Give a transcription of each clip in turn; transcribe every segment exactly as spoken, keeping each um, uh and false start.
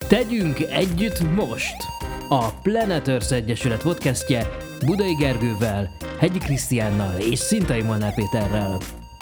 Tegyünk együtt most! A Planet Earth Egyesület podcastje Budai Gergővel, Hegyi Krisztiánnal és Szintai Molnár Péterrel.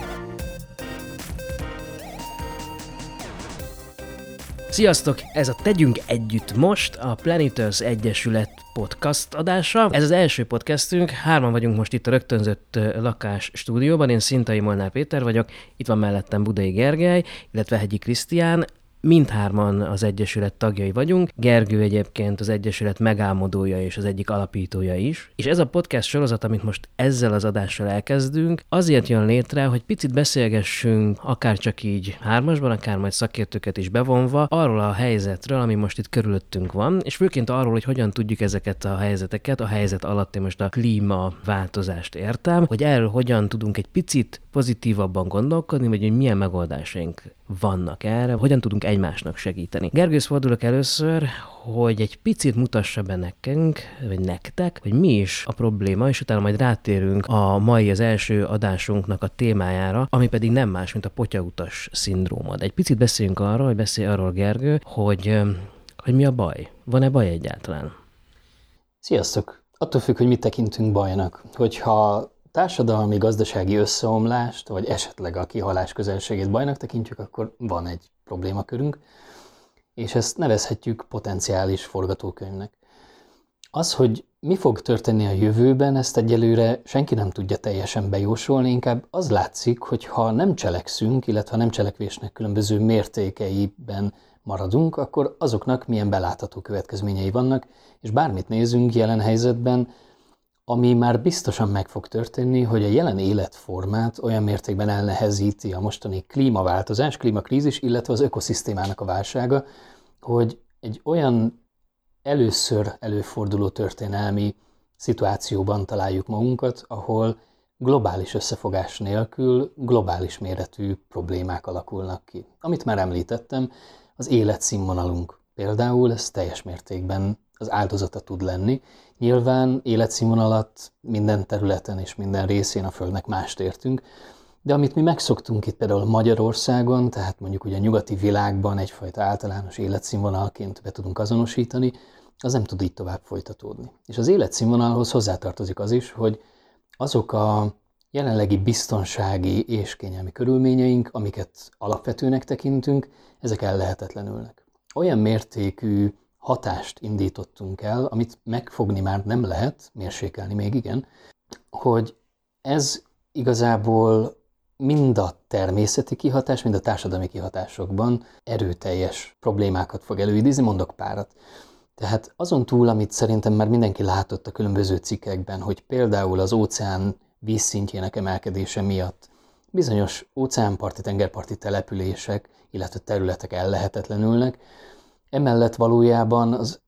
Sziasztok! Ez a Tegyünk együtt most, a Planet Earth Egyesület podcast adása. Ez az első podcastünk, hárman vagyunk most itt a rögtönzött lakás stúdióban, én Szintai Molnár Péter vagyok, itt van mellettem Budai Gergely, illetve Hegyi Krisztián. Mindhárman az Egyesület tagjai vagyunk. Gergő egyébként az Egyesület megálmodója és az egyik alapítója is. És ez a podcast sorozat, amit most ezzel az adással elkezdünk, azért jön létre, hogy picit beszélgessünk, akár csak így hármasban, akár majd szakértőket is bevonva, arról a helyzetről, ami most itt körülöttünk van, és főként arról, hogy hogyan tudjuk ezeket a helyzeteket, a helyzet alatt én most a klímaváltozást értem, hogy erről hogyan tudunk egy picit pozitívabban gondolkodni, vagy hogy milyen megoldásaink vannak erre, hogyan tudunk egymásnak segíteni. Gergőhöz fordulok először, hogy egy picit mutassa be nekünk, vagy nektek, hogy mi is a probléma, és utána majd rátérünk a mai, az első adásunknak a témájára, ami pedig nem más, mint a potyautas szindróma. Egy picit beszéljünk arról, hogy beszélj arról, Gergő, hogy, hogy mi a baj. Van-e baj egyáltalán? Sziasztok! Attól függ, hogy mit tekintünk bajnak. Hogyha társadalmi, gazdasági összeomlást, vagy esetleg a kihalás közelségét bajnak tekintjük, akkor van egy problémakörünk, és ezt nevezhetjük potenciális forgatókönyvnek. Az, hogy mi fog történni a jövőben, ezt egyelőre senki nem tudja teljesen bejósolni, inkább az látszik, hogy ha nem cselekszünk, illetve ha nem cselekvésnek különböző mértékeiben maradunk, akkor azoknak milyen belátható következményei vannak, és bármit nézünk jelen helyzetben, ami már biztosan meg fog történni, hogy a jelen életformát olyan mértékben elnehezíti a mostani klímaváltozás, klímakrízis, illetve az ökoszisztémának a válsága, hogy egy olyan először előforduló történelmi szituációban találjuk magunkat, ahol globális összefogás nélkül globális méretű problémák alakulnak ki. Amit már említettem, az életszínvonalunk például ez teljes mértékben az áldozata tud lenni. Nyilván életszínvonalat minden területen és minden részén a Földnek mást értünk, de amit mi megszoktunk itt például Magyarországon, tehát mondjuk ugye a nyugati világban egyfajta általános életszínvonalként be tudunk azonosítani, az nem tud így tovább folytatódni. És az életszínvonalhoz hozzátartozik az is, hogy azok a jelenlegi biztonsági és kényelmi körülményeink, amiket alapvetőnek tekintünk, ezek ellehetetlenülnek. Olyan mértékű hatást indítottunk el, amit megfogni már nem lehet, mérsékelni még igen, hogy ez igazából mind a természeti kihatás, mind a társadalmi kihatásokban erőteljes problémákat fog előidézni, mondok párat. Tehát azon túl, amit szerintem már mindenki látott a különböző cikkekben, hogy például az óceán vízszintjének emelkedése miatt bizonyos óceánparti, tengerparti települések, illetve területek ellehetetlenülnek, emellett valójában az,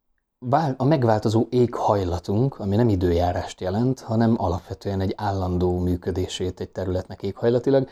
a megváltozó éghajlatunk, ami nem időjárást jelent, hanem alapvetően egy állandó működését egy területnek éghajlatilag,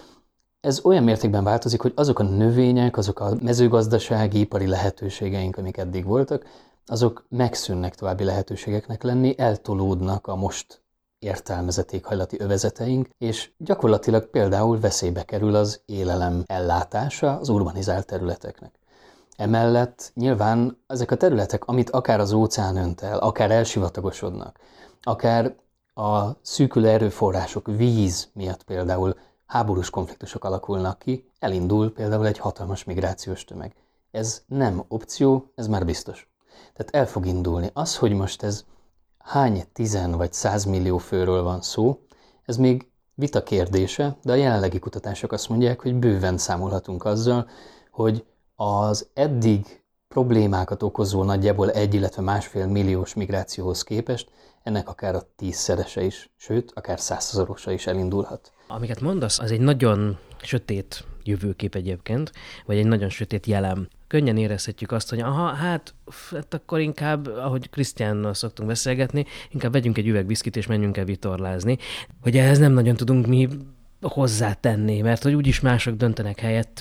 ez olyan mértékben változik, hogy azok a növények, azok a mezőgazdasági, ipari lehetőségeink, amik eddig voltak, azok megszűnnek további lehetőségeknek lenni, eltolódnak a most értelmezett éghajlati övezeteink, és gyakorlatilag például veszélybe kerül az élelem ellátása az urbanizált területeknek. Emellett nyilván ezek a területek, amit akár az óceán önt el, akár elsivatagosodnak, akár a szűkülő erőforrások, víz miatt például háborús konfliktusok alakulnak ki, elindul például egy hatalmas migrációs tömeg. Ez nem opció, ez már biztos. Tehát el fog indulni. Az, hogy most ez hány tizen vagy százmillió főről van szó, ez még vita kérdése, de a jelenlegi kutatások azt mondják, hogy bőven számolhatunk azzal, hogy az eddig problémákat okozó nagyjából egy, illetve másfél milliós migrációhoz képest ennek akár a tízszerese is, sőt, akár százszorosa is elindulhat. Amiket mondasz, az egy nagyon sötét jövőkép egyébként, vagy egy nagyon sötét jelen. Könnyen érezhetjük azt, hogy aha, hát, hát akkor inkább, ahogy Krisztiánnal szoktunk beszélgetni, inkább vegyünk egy üveg viszkit és menjünk el vitorlázni, hogy ehhez nem nagyon tudunk mi hozzátenni, mert hogy úgyis mások döntenek helyettünk.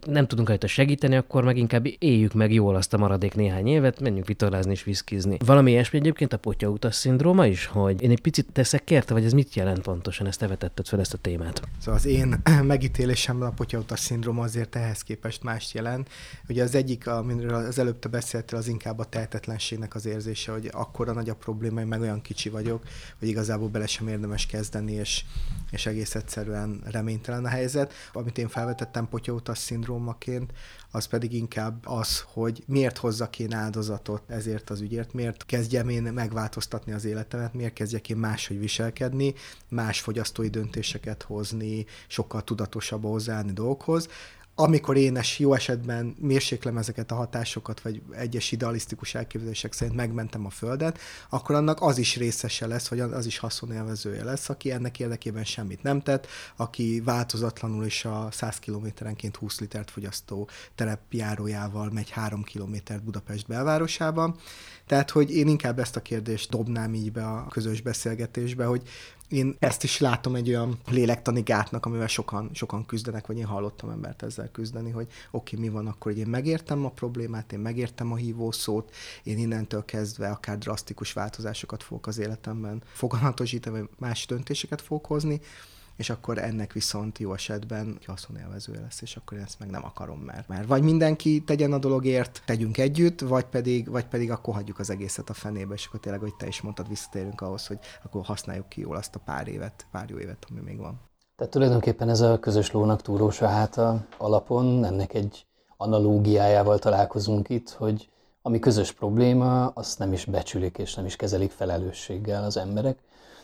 nem tudunk rajta segíteni, akkor meg inkább éljük meg jól azt a maradék néhány évet, menjünk vitorlázni és viszkizni. Valami ilyesmi egyébként a potyautas szindróma is, hogy én egy picit teszek érte, vagy ez mit jelent pontosan, ezt te vetetted fel ezt a témát? Szóval az én megítélésemben a potyautas szindróma azért ehhez képest mást jelent. Ugye az egyik, amiről az előbb te beszéltél, az inkább a tehetetlenségnek az érzése, hogy akkora nagy a probléma, hogy meg olyan kicsi vagyok, hogy igazából bele sem érdemes kezdeni, és, és egész egyszerűen reménytelen a helyzet. Amit én felvetettem potyautas szindrómaként, az pedig inkább az, hogy miért hozzak én áldozatot ezért az ügyért, miért kezdjem én megváltoztatni az életemet, miért kezdjek én máshogy viselkedni, más fogyasztói döntéseket hozni, sokkal tudatosabban hozzáállni dolgokhoz. Amikor én es, jó esetben mérséklem ezeket a hatásokat, vagy egyes idealisztikus elképzelések szerint megmentem a Földet, akkor annak az is részese lesz, vagy az is haszonélvezője lesz, aki ennek érdekében semmit nem tett, aki változatlanul is a száz kilométerenként húsz litert fogyasztó terepjárójával megy három kilométert Budapest belvárosában. Tehát, hogy én inkább ezt a kérdést dobnám így be a közös beszélgetésbe, hogy én ezt is látom egy olyan lélektani gátnak, amivel sokan, sokan küzdenek, vagy én hallottam embert ezzel küzdeni, hogy oké, okay, mi van akkor, hogy én megértem a problémát, én megértem a hívószót, én innentől kezdve akár drasztikus változásokat fogok az életemben foganatosítani, vagy más döntéseket fogok hozni, és akkor ennek viszont jó esetben haszonélvezője lesz, és akkor én ezt meg nem akarom már. Mert vagy mindenki tegyen a dologért, tegyünk együtt, vagy pedig, vagy pedig akkor hagyjuk az egészet a fenébe, és akkor tényleg, hogy te is mondtad, visszatérünk ahhoz, hogy akkor használjuk ki jól azt a pár évet, pár jó évet, ami még van. Tehát tulajdonképpen ez a közös lónak túrósa háta alapon, ennek egy analógiájával találkozunk itt, hogy ami közös probléma, azt nem is becsülik és nem is kezelik felelősséggel az emberek,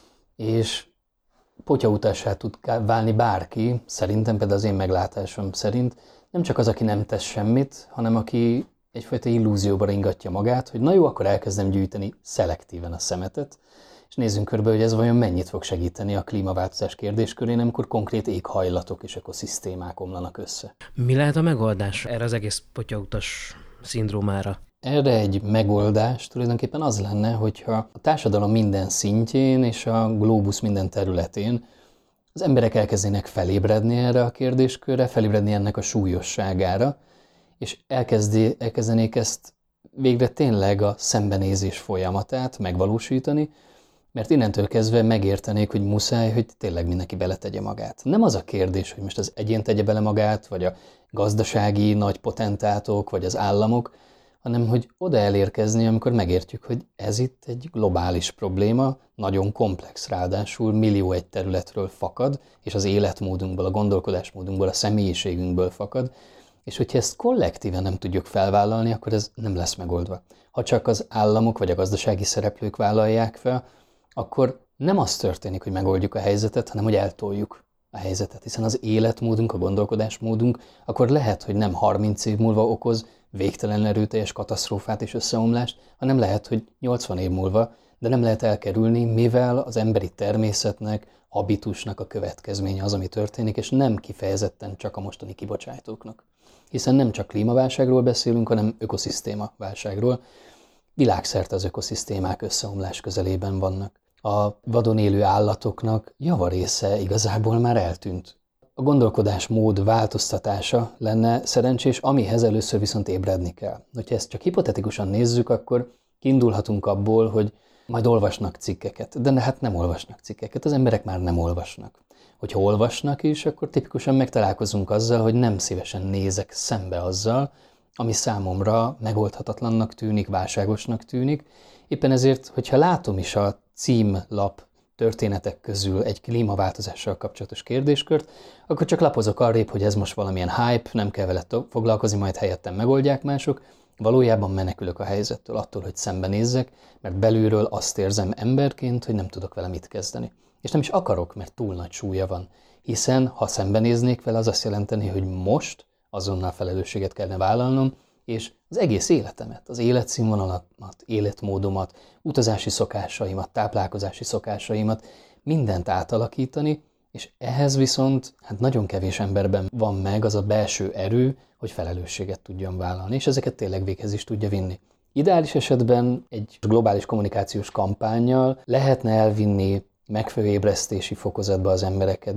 és potyautássá tud válni bárki, szerintem például az én meglátásom szerint, nem csak az, aki nem tesz semmit, hanem aki egyfajta illúzióba ringatja magát, hogy na jó, akkor elkezdem gyűjteni szelektíven a szemetet, és nézzünk körbe, hogy ez vajon mennyit fog segíteni a klímaváltozás kérdéskörén, amikor konkrét éghajlatok és ökoszisztémák omlanak össze. Mi lehet a megoldás erre az egész potyautas szindrómára? Erre egy megoldás tulajdonképpen az lenne, hogyha a társadalom minden szintjén és a glóbusz minden területén az emberek elkezdenek felébredni erre a kérdéskörre, felébredni ennek a súlyosságára, és elkezdi, elkezdenék ezt végre tényleg a szembenézés folyamatát megvalósítani, mert innentől kezdve megértenék, hogy muszáj, hogy tényleg mindenki beletegye magát. Nem az a kérdés, hogy most az egyén tegye bele magát, vagy a gazdasági nagy potentátok, vagy az államok, hanem hogy oda elérkezni, amikor megértjük, hogy ez itt egy globális probléma, nagyon komplex, ráadásul millió egy területről fakad, és az életmódunkból, a gondolkodásmódunkból, a személyiségünkből fakad, és hogyha ezt kollektíven nem tudjuk felvállalni, akkor ez nem lesz megoldva. Ha csak az államok vagy a gazdasági szereplők vállalják fel, akkor nem az történik, hogy megoldjuk a helyzetet, hanem hogy eltoljuk a helyzetet, hiszen az életmódunk, a gondolkodásmódunk akkor lehet, hogy nem harminc év múlva okoz végtelen erőteljes katasztrófát és összeomlást, hanem lehet, hogy nyolcvan év múlva, de nem lehet elkerülni, mivel az emberi természetnek, habitusnak a következménye az, ami történik, és nem kifejezetten csak a mostani kibocsátóknak. Hiszen nem csak klímaválságról beszélünk, hanem ökoszisztémaválságról. Világszerte az ökoszisztémák összeomlás közelében vannak. A vadon élő állatoknak javarésze igazából már eltűnt. A gondolkodásmód változtatása lenne szerencsés, amihez először viszont ébredni kell. Hogyha ezt csak hipotetikusan nézzük, akkor kiindulhatunk abból, hogy majd olvasnak cikkeket, de hát nem olvasnak cikkeket, az emberek már nem olvasnak. Hogyha olvasnak is, akkor tipikusan megtalálkozunk azzal, hogy nem szívesen nézek szembe azzal, ami számomra megoldhatatlannak tűnik, válságosnak tűnik. Éppen ezért, hogyha látom is a címlap történetek közül egy klímaváltozással kapcsolatos kérdéskört, akkor csak lapozok arrébb, hogy ez most valamilyen hype, nem kell vele foglalkozni, majd helyettem megoldják mások. Valójában menekülök a helyzettől, attól, hogy szembenézzek, mert belülről azt érzem emberként, hogy nem tudok vele mit kezdeni. És nem is akarok, mert túl nagy súlya van. Hiszen, ha szembenéznék vele, az azt jelenteni, hogy most azonnal felelősséget kellene vállalnom, és az egész életemet, az életszínvonalamat, életmódomat, utazási szokásaimat, táplálkozási szokásaimat, mindent átalakítani, és ehhez viszont hát nagyon kevés emberben van meg az a belső erő, hogy felelősséget tudjon vállalni, és ezeket tényleg véghez is tudja vinni. Ideális esetben egy globális kommunikációs kampánnyal lehetne elvinni megfelelő ébresztési fokozatba az embereket, de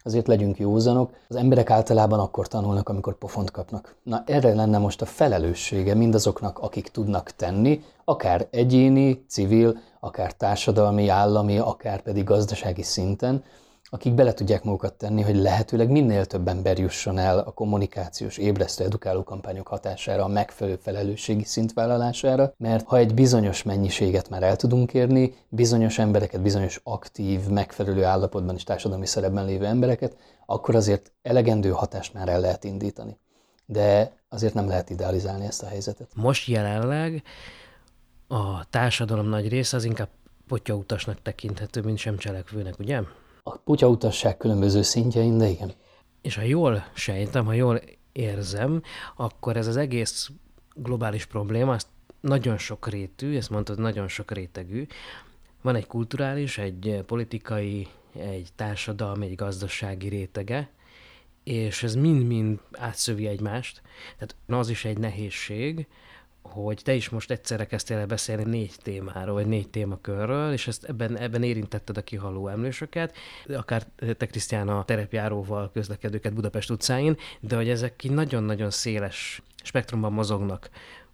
azért legyünk józanok, az emberek általában akkor tanulnak, amikor pofont kapnak. Na erre lenne most a felelőssége mindazoknak, akik tudnak tenni, akár egyéni, civil, akár társadalmi, állami, akár pedig gazdasági szinten, akik bele tudják magukat tenni, hogy lehetőleg minél több ember jusson el a kommunikációs, ébresztő, edukáló kampányok hatására, a megfelelő felelősségi szint vállalására, mert ha egy bizonyos mennyiséget már el tudunk érni, bizonyos embereket, bizonyos aktív, megfelelő állapotban és társadalmi szerepben lévő embereket, akkor azért elegendő hatást már el lehet indítani. De azért nem lehet idealizálni ezt a helyzetet. Most jelenleg a társadalom nagy része az inkább potyautasnak tekinthető, mint sem cselekvőnek, ugye? A potyautasság különböző szintjein, de igen. És ha jól sejtem, ha jól érzem, akkor ez az egész globális probléma, az nagyon sokrétű, ezt mondtad, nagyon sok rétegű. Van egy kulturális, egy politikai, egy társadalmi, egy gazdasági rétege, és ez mind-mind átszövi egymást. Tehát az is egy nehézség, hogy te is most egyszerre kezdtél el beszélni négy témáról, vagy négy témakörről, és ezt ebben, ebben érintetted a kihaló emlősöket, akár te, Krisztián, a terepjáróval közlekedőket Budapest utcáin, de hogy ezek így nagyon-nagyon széles spektrumban mozognak,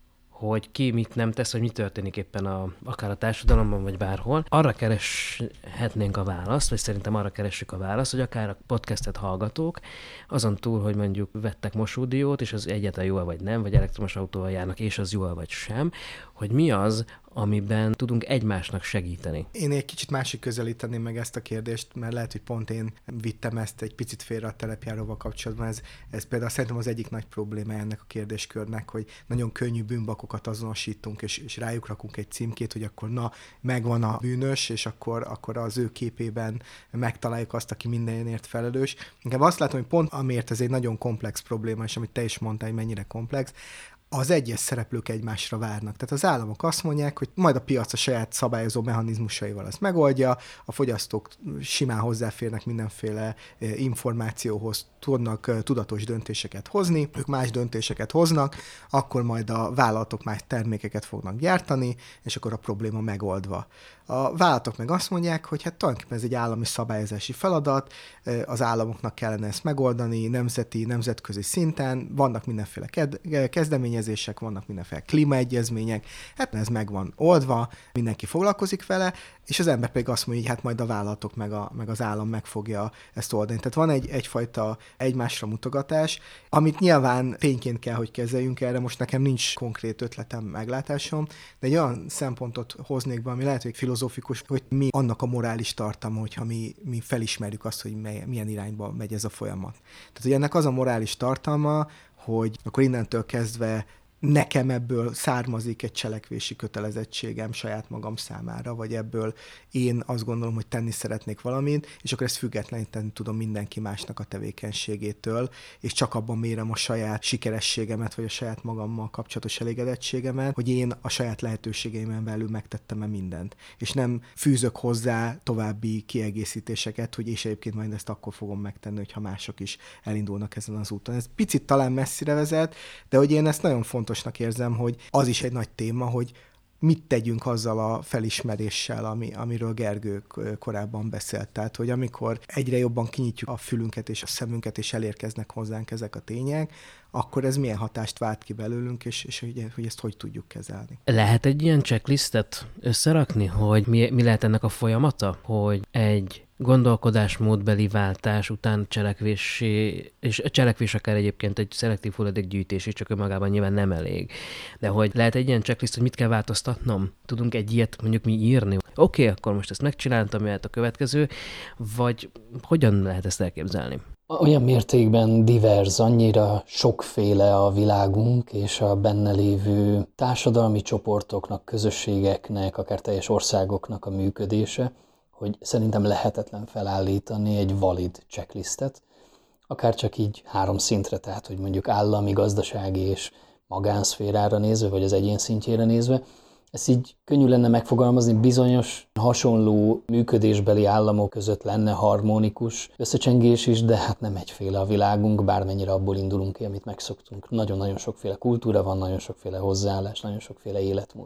hogy ki mit nem tesz, hogy mi történik éppen a, akár a társadalomban, vagy bárhol. Arra kereshetnénk a választ, vagy szerintem arra keressük a választ, hogy akár a podcastet hallgatók, azon túl, hogy mondjuk vettek mosódiót, és az egyáltalán jó vagy nem, vagy elektromos autóval járnak, és az jó vagy sem, hogy mi az, amiben tudunk egymásnak segíteni. Én egy kicsit másik közelíteném meg ezt a kérdést, mert lehet, hogy pont én vittem ezt egy picit félre a terepjáróval kapcsolatban. Ez, ez például szerintem az egyik nagy probléma ennek a kérdéskörnek, hogy nagyon könnyű bűnbakokat azonosítunk, és, és rájuk rakunk egy címkét, hogy akkor na, megvan a bűnös, és akkor, akkor az ő képében megtaláljuk azt, aki mindenért felelős. Inkább azt látom, hogy pont amiért ez egy nagyon komplex probléma, és amit te is mondtál, hogy mennyire komplex, az egyes szereplők egymásra várnak. Tehát az államok azt mondják, hogy majd a piac a saját szabályozó mechanizmusaival ezt megoldja, a fogyasztók simán hozzáférnek mindenféle információhoz, tudnak tudatos döntéseket hozni, ők más döntéseket hoznak, akkor majd a vállalatok más termékeket fognak gyártani, és akkor a probléma megoldva. A vállalatok meg azt mondják, hogy hát tulajdonképpen ez egy állami szabályozási feladat, az államoknak kellene ezt megoldani nemzeti, nemzetközi szinten, vannak mindenféle kezdeményezések, vannak mindenféle klímaegyezmények, hát ez meg van oldva, mindenki foglalkozik vele, és az ember pedig azt mondja, hogy hát majd a vállalatok meg, a, meg az állam meg fogja ezt oldani. Tehát van egy, egyfajta egymásra mutogatás, amit nyilván tényként kell, hogy kezeljünk erre. Most nekem nincs konkrét ötletem, meglátásom, de egy olyan szempontot hoznék be, ami lehet, hogy filozófikus, hogy mi annak a morális tartalma, hogyha mi, mi felismerjük azt, hogy mely, milyen irányba megy ez a folyamat. Tehát, hogy ennek az a morális tartalma, hogy akkor innentől kezdve nekem ebből származik egy cselekvési kötelezettségem saját magam számára, vagy ebből én azt gondolom, hogy tenni szeretnék valamit, és akkor ezt függetleníteni tudom mindenki másnak a tevékenységétől, és csak abban mérem a saját sikerességemet, vagy a saját magammal kapcsolatos elégedettségemet, hogy én a saját lehetőségeimen belül megtettem-e mindent. És nem fűzök hozzá további kiegészítéseket, hogy és egyébként majd ezt akkor fogom megtenni, hogyha mások is elindulnak ezen az úton. Ez picit talán messzire vezet, de hogy én ezt nagyon fontos fontosnak érzem, hogy az is egy nagy téma, hogy mit tegyünk azzal a felismeréssel, ami, amiről Gergő korábban beszélt. Tehát, hogy amikor egyre jobban kinyitjuk a fülünket és a szemünket, és elérkeznek hozzánk ezek a tények, akkor ez milyen hatást vált ki belőlünk, és, és hogy, hogy ezt hogy tudjuk kezelni. Lehet egy ilyen checklistet összerakni, hogy mi, mi lehet ennek a folyamata? Hogy egy gondolkodásmódbeli váltás után cselekvési, és a cselekvés akár egyébként egy szelektív hulladékgyűjtés is, csak önmagában nyilván nem elég. De hogy lehet egy ilyen checklist, hogy mit kell változtatnom? Tudunk egy ilyet mondjuk mi írni? Oké, okay, akkor most ezt megcsináltam, jöhet a következő, vagy hogyan lehet ezt elképzelni? Olyan mértékben divers, annyira sokféle a világunk, és a benne lévő társadalmi csoportoknak, közösségeknek, akár teljes országoknak a működése, hogy szerintem lehetetlen felállítani egy valid checklistet, akár csak így három szintre, tehát hogy mondjuk állami, gazdasági és magánszférára nézve, vagy az egyén szintjére nézve. Ezt így könnyű lenne megfogalmazni, bizonyos hasonló működésbeli államok között lenne harmonikus összecsengés is, de hát nem egyféle a világunk, bármennyire abból indulunk ki, amit megszoktunk. Nagyon-nagyon sokféle kultúra van, nagyon sokféle hozzáállás, nagyon sokféle életmód.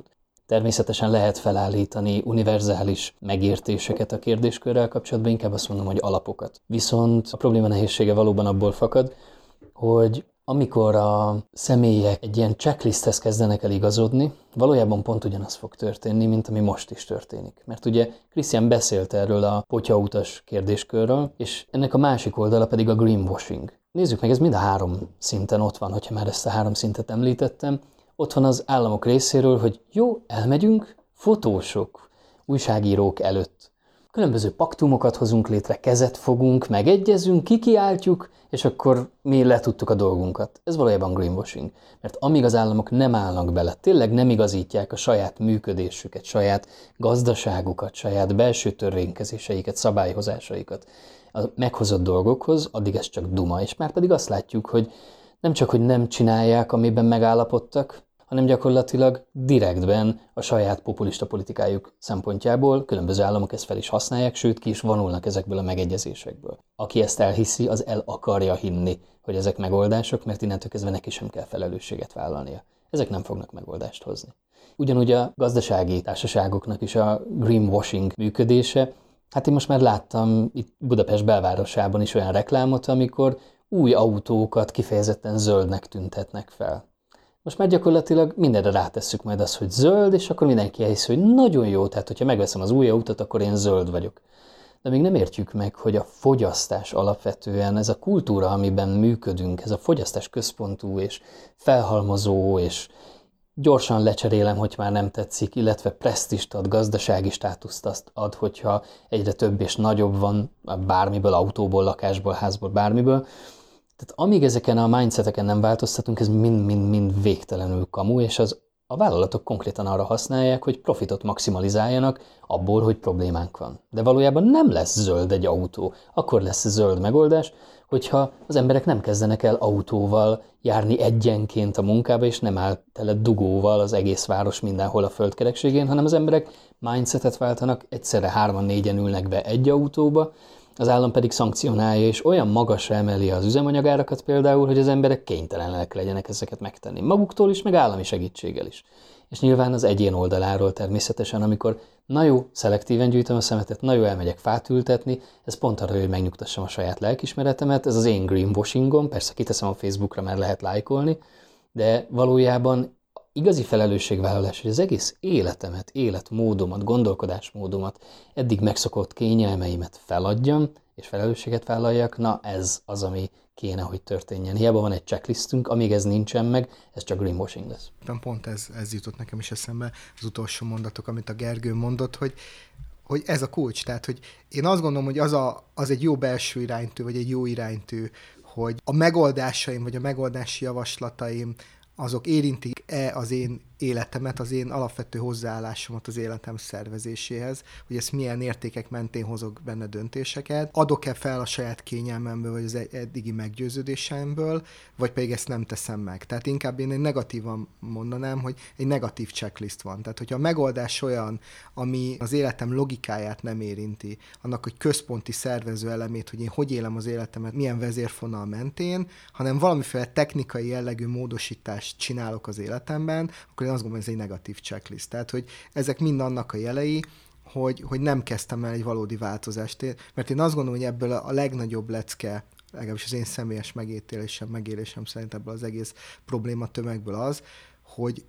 Természetesen lehet felállítani univerzális megértéseket a kérdéskörrel kapcsolatban, inkább azt mondom, hogy alapokat. Viszont a probléma nehézsége valóban abból fakad, hogy amikor a személyek egy ilyen checklisthez kezdenek el igazodni, valójában pont ugyanaz fog történni, mint ami most is történik. Mert ugye Krisztián beszélt erről a potyautas kérdéskörről, és ennek a másik oldala pedig a greenwashing. Nézzük meg, ez mind a három szinten ott van, hogyha már ezt a három szintet említettem. Ott van az államok részéről, hogy jó, elmegyünk, fotósok, újságírók előtt. Különböző paktumokat hozunk létre, kezet fogunk, megegyezünk, kikiáltjuk, és akkor mi letudtuk a dolgunkat. Ez valójában greenwashing. Mert amíg az államok nem állnak bele, tényleg nem igazítják a saját működésüket, saját gazdaságukat, saját belső törvénykezéseiket, szabályozásaikat a meghozott dolgokhoz, addig ez csak duma. És már pedig azt látjuk, hogy nem csak, hogy nem csinálják, amiben megállapodtak, hanem gyakorlatilag direktben a saját populista politikájuk szempontjából különböző államok ezt fel is használják, sőt ki is vonulnak ezekből a megegyezésekből. Aki ezt elhiszi, az el akarja hinni, hogy ezek megoldások, mert innentől kezdve neki sem kell felelősséget vállalnia. Ezek nem fognak megoldást hozni. Ugyanúgy a gazdasági társaságoknak is a greenwashing működése. Hát én most már láttam itt Budapest belvárosában is olyan reklámot, amikor új autókat kifejezetten zöldnek tüntetnek fel. Most már gyakorlatilag mindenre rátesszük majd azt, hogy zöld, és akkor mindenki elhiszi, hogy nagyon jó, tehát hogyha megveszem az új autót, akkor én zöld vagyok. De még nem értjük meg, hogy a fogyasztás alapvetően, ez a kultúra, amiben működünk, ez a fogyasztás központú és felhalmozó, és gyorsan lecserélem, hogy már nem tetszik, illetve presztist ad, gazdasági státuszt azt ad, hogyha egyre több és nagyobb van bármiből, autóból, lakásból, házból, bármiből. Tehát amíg ezeken a mindseteken nem változtatunk, ez mind-mind-mind végtelenül kamu, és az, a vállalatok konkrétan arra használják, hogy profitot maximalizáljanak abból, hogy problémánk van. De valójában nem lesz zöld egy autó. Akkor lesz zöld megoldás, hogyha az emberek nem kezdenek el autóval járni egyenként a munkába, és nem áll tele dugóval az egész város mindenhol a földkerekségén, hanem az emberek mindsetet váltanak, egyszerre hárman, négyen ülnek be egy autóba, az állam pedig szankcionálja, és olyan magasra emeli az üzemanyagárakat például, hogy az emberek kénytelenek legyenek ezeket megtenni. Maguktól is, meg állami segítséggel is. És nyilván az egyén oldaláról természetesen, amikor na jó, szelektíven gyűjtöm a szemetet, na jó, elmegyek fát ültetni, ez pont arra, hogy megnyugtassam a saját lelkismeretemet, ez az én greenwashingom, persze kiteszem a Facebookra, mert lehet lájkolni, de valójában igazi felelősségvállalás, hogy az egész életemet, életmódomat, gondolkodásmódomat, eddig megszokott kényelmeimet feladjam, és felelősséget vállaljak, na ez az, ami kéne, hogy történjen. Hiába van egy checklistünk, amíg ez nincsen meg, ez csak greenwashing lesz. Pont ez, ez jutott nekem is eszembe, az utolsó mondatok, amit a Gergő mondott, hogy hogy ez a kulcs, tehát hogy én azt gondolom, hogy az, a, az egy jó belső iránytű, vagy egy jó iránytű, hogy a megoldásaim, vagy a megoldási javaslataim, azok érintik-e az én életemet, az én alapvető hozzáállásomat az életem szervezéséhez, hogy ezt milyen értékek mentén hozok benne döntéseket, adok-e fel a saját kényelmemből, vagy az eddigi meggyőződésemből, vagy pedig ezt nem teszem meg. Tehát inkább én egy negatívan mondanám, hogy egy negatív checklist van. Tehát, hogyha a megoldás olyan, ami az életem logikáját nem érinti, annak, hogy központi szervező elemét, hogy én hogy élem az életemet, milyen vezérfonal mentén, hanem valamiféle technikai jellegű módosítást csinálok az életemben, akkor én azt gondolom, hogy ez egy negatív checklist. Tehát, hogy ezek mind annak a jelei, hogy, hogy nem kezdtem el egy valódi változást. Mert én azt gondolom, hogy ebből a legnagyobb lecke, legalábbis az én személyes megítélésem, megélésem szerint ebből az egész probléma tömegből az, hogy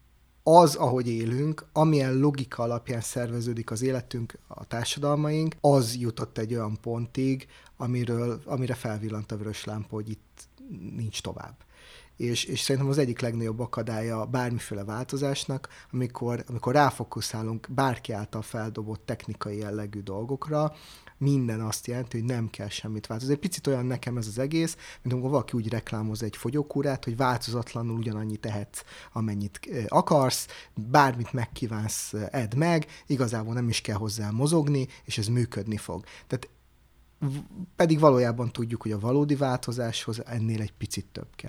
az, ahogy élünk, amilyen logika alapján szerveződik az életünk, a társadalmaink, az jutott egy olyan pontig, amiről, amire felvillant a vörös lámpa, hogy itt nincs tovább. És, és szerintem az egyik legnagyobb akadálya bármiféle változásnak, amikor, amikor ráfokuszálunk bárki által feldobott technikai jellegű dolgokra, minden azt jelenti, hogy nem kell semmit változni. Egy picit olyan nekem ez az egész, mint amikor valaki úgy reklámoz egy fogyókúrát, hogy változatlanul ugyanannyit tehetsz, amennyit akarsz, bármit megkívánsz, edd meg, igazából nem is kell hozzá mozogni, és ez működni fog. Tehát pedig valójában tudjuk, hogy a valódi változáshoz ennél egy picit több kell.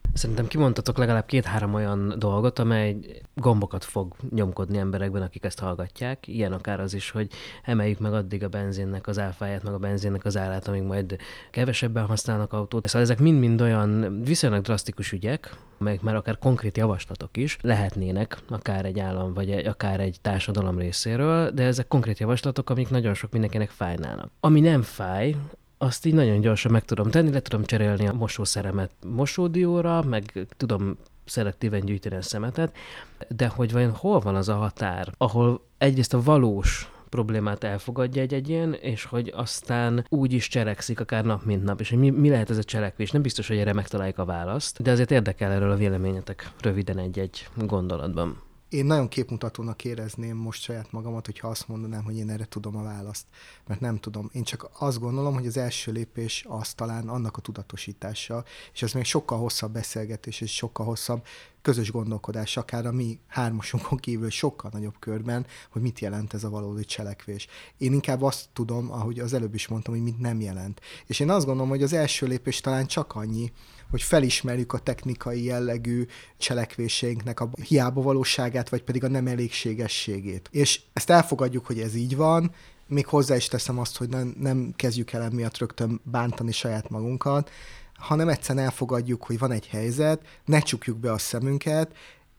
Szerintem kimondtatok legalább két-három olyan dolgot, amely gombokat fog nyomkodni emberekben, akik ezt hallgatják. Ilyen akár az is, hogy emeljük meg addig a benzinnek az áfáját, meg a benzinnek az árát, amíg majd kevesebben használnak autót. Szóval ezek mind-mind olyan viszonylag drasztikus ügyek, amelyek már akár konkrét javaslatok is lehetnének, akár egy állam, vagy egy, akár egy társadalom részéről, de ezek konkrét javaslatok, amik nagyon sok mindenkinek fájnának. Ami nem fáj, azt így nagyon gyorsan meg tudom tenni, le tudom cserélni a mosószeremet mosódióra, meg tudom szelektíven gyűjteni a szemetet, de hogy vajon hol van az a határ, ahol egyrészt a valós problémát elfogadja egy egyén, és hogy aztán úgy is cselekszik, akár nap mint nap, és hogy mi, mi lehet ez a cselekvés. Nem biztos, hogy erre megtaláljuk a választ, de azért érdekel erről a véleményetek röviden egy-egy gondolatban. Én nagyon képmutatónak érezném most saját magamat, hogyha azt mondanám, hogy én erre tudom a választ, mert nem tudom. Én csak azt gondolom, hogy az első lépés az talán annak a tudatosítása, és az még sokkal hosszabb beszélgetés, és sokkal hosszabb közös gondolkodás, akár a mi hármasunkon kívül sokkal nagyobb körben, hogy mit jelent ez a valódi cselekvés. Én inkább azt tudom, ahogy az előbb is mondtam, hogy mit nem jelent. És én azt gondolom, hogy az első lépés talán csak annyi, hogy felismerjük a technikai jellegű cselekvéseinknek a hiába valóságát, vagy pedig a nem elégségességét. És ezt elfogadjuk, hogy ez így van, még hozzá is teszem azt, hogy nem, nem kezdjük el emiatt rögtön bántani saját magunkat, hanem egyszerűen elfogadjuk, hogy van egy helyzet, ne csukjuk be a szemünket,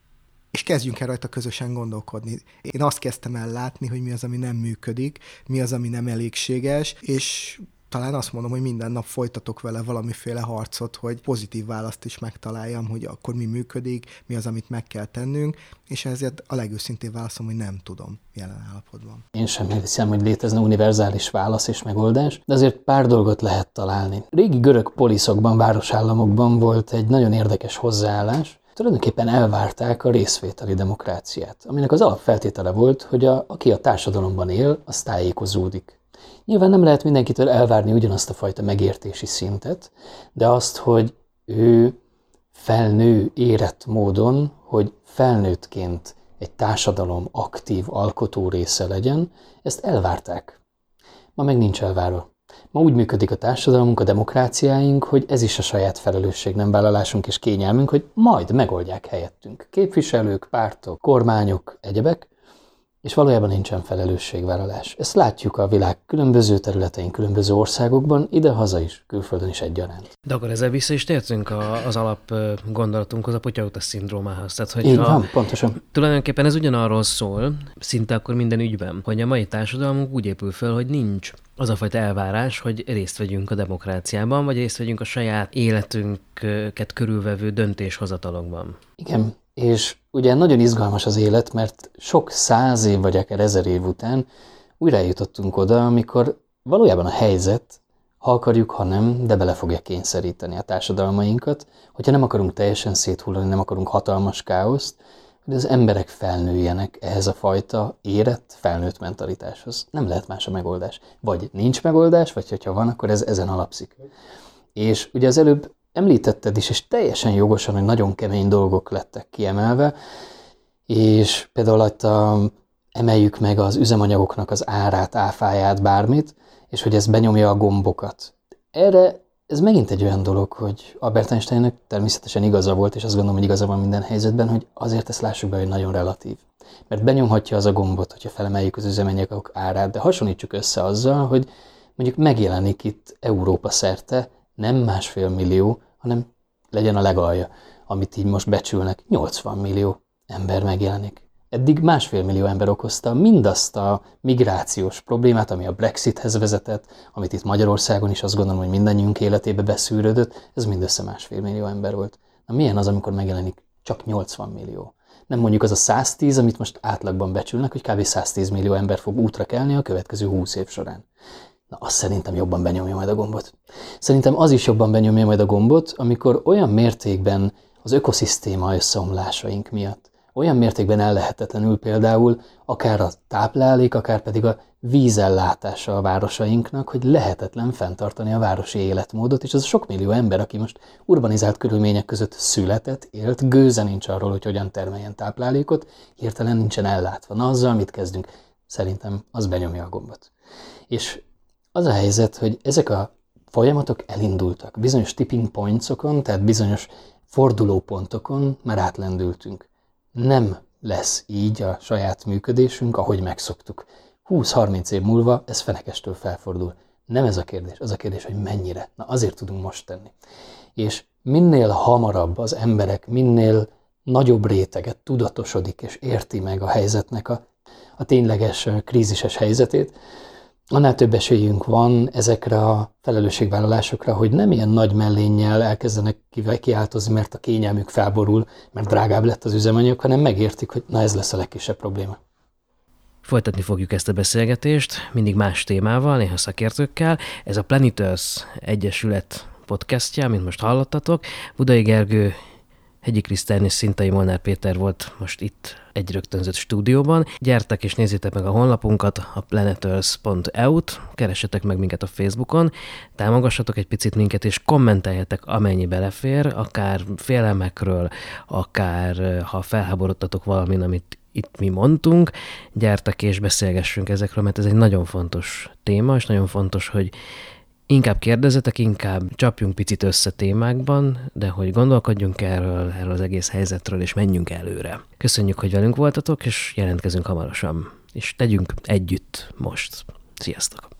és kezdjünk el rajta közösen gondolkodni. Én azt kezdtem el látni, hogy mi az, ami nem működik, mi az, ami nem elégséges, és talán azt mondom, hogy minden nap folytatok vele valamiféle harcot, hogy pozitív választ is megtaláljam, hogy akkor mi működik, mi az, amit meg kell tennünk, és ezért a legőszintébb válaszom, hogy nem tudom jelen állapotban. Én sem hiszem, hogy létezne univerzális válasz és megoldás, de azért pár dolgot lehet találni. Régi görög poliszokban, városállamokban volt egy nagyon érdekes hozzáállás. Tulajdonképpen elvárták a részvételi demokráciát, aminek az alapfeltétele volt, hogy a, aki a társadalomban él, az tájékozódik. Nyilván nem lehet mindenkitől elvárni ugyanazt a fajta megértési szintet, de azt, hogy ő felnő érett módon, hogy felnőttként egy társadalom aktív alkotó része legyen, ezt elvárták. Ma meg nincs elvárva. Ma úgy működik a társadalmunk, a demokráciáink, hogy ez is a saját felelősség, nem vállalásunk és kényelmünk, hogy majd megoldják helyettünk. Képviselők, pártok, kormányok, egyebek, és valójában nincsen felelősségvállalás. Ezt látjuk a világ különböző területein, különböző országokban, ide-haza is, külföldön is egyaránt. De akkor ezzel vissza is tértünk az alap gondolatunkhoz, a Pocahontas szindrómához. Tehát, hogy így van, pontosan. Tulajdonképpen ez ugyanarról szól, szinte akkor minden ügyben, hogy a mai társadalmunk úgy épül föl, hogy nincs az a fajta elvárás, hogy részt vegyünk a demokráciában, vagy részt vegyünk a saját életünket körülvevő döntéshozatalokban. Igen. És ugye nagyon izgalmas az élet, mert sok száz év vagy akár ezer év után újra eljutottunk oda, amikor valójában a helyzet, ha akarjuk, ha nem, de bele fogja kényszeríteni a társadalmainkat, hogyha nem akarunk teljesen széthullani, nem akarunk hatalmas káoszt, hogy az emberek felnőjenek ehhez a fajta érett, felnőtt mentalitáshoz. Nem lehet más a megoldás. Vagy nincs megoldás, vagy hogyha van, akkor ez ezen alapszik. És ugye az előbb említetted is, és teljesen jogosan, hogy nagyon kemény dolgok lettek kiemelve, és például itt a, emeljük meg az üzemanyagoknak az árát, áfáját, bármit, és hogy ez benyomja a gombokat. Erre ez megint egy olyan dolog, hogy Albert Einsteinnek természetesen igaza volt, és azt gondolom, hogy igaza van minden helyzetben, hogy azért ezt lássuk be, hogy nagyon relatív. Mert benyomhatja az a gombot, hogyha felemeljük az üzemanyagok árát, de hasonlítsuk össze azzal, hogy mondjuk megjelenik itt Európa szerte nem másfél millió, hanem legyen a legalja, amit így most becsülnek, nyolcvan millió ember megjelenik. Eddig másfél millió ember okozta mindazt a migrációs problémát, ami a Brexithez vezetett, amit itt Magyarországon is azt gondolom, hogy mindannyiunk életébe beszűrődött, ez mindössze másfél millió ember volt. Na milyen az, amikor megjelenik csak nyolcvan millió? Nem mondjuk az a száztíz, amit most átlagban becsülnek, hogy kb. száztíz millió ember fog útra kelni a következő húsz év során. Na, azt szerintem jobban benyomja majd a gombot. Szerintem az is jobban benyomja majd a gombot, amikor olyan mértékben az ökoszisztéma összeomlásaink miatt, olyan mértékben ellehetetlenül például akár a táplálék, akár pedig a vízellátása a városainknak, hogy lehetetlen fenntartani a városi életmódot, és az sok millió ember, aki most urbanizált körülmények között született, élt, gőze nincs arról, hogy hogyan termeljen táplálékot, hirtelen nincsen ellátva. Na, azzal mit kezdünk? Szerintem az benyomja a gombot. És az a helyzet, hogy ezek a folyamatok elindultak bizonyos tipping pointsokon, tehát bizonyos fordulópontokon már átlendültünk. Nem lesz így a saját működésünk, ahogy megszoktuk. húsz-harminc év múlva ez fenekestől felfordul. Nem ez a kérdés, az a kérdés, hogy mennyire. Na azért tudunk most tenni. És minél hamarabb az emberek, minél nagyobb réteget tudatosodik és érti meg a helyzetnek a, a tényleges krízises helyzetét, annál több esélyünk van ezekre a felelősségvállalásokra, hogy nem ilyen nagy mellénnyel elkezdenek kiáltozni, mert a kényelmük felborul, mert drágább lett az üzemanyag, hanem megértik, hogy na ez lesz a legkisebb probléma. Folytatni fogjuk ezt a beszélgetést, mindig más témával, néha szakértőkkel. Ez a Planeters Egyesület podcastja, amit most hallottatok. Budai Gergő, Hegyi Krisztián és Szintai Molnár Péter volt most itt egy rögtönzött stúdióban. Gyertek és nézzétek meg a honlapunkat, a planeters pont e u-t, keressetek meg minket a Facebookon, támogassatok egy picit minket, és kommenteljetek amennyi belefér, akár félelmekről, akár ha felháborodtatok valamin, amit itt mi mondtunk, gyertek és beszélgessünk ezekről, mert ez egy nagyon fontos téma, és nagyon fontos, hogy inkább kérdezzetek, inkább csapjunk picit össze témákban, de hogy gondolkodjunk erről, erről az egész helyzetről, és menjünk előre. Köszönjük, hogy velünk voltatok, és jelentkezünk hamarosan. És tegyünk együtt most. Sziasztok!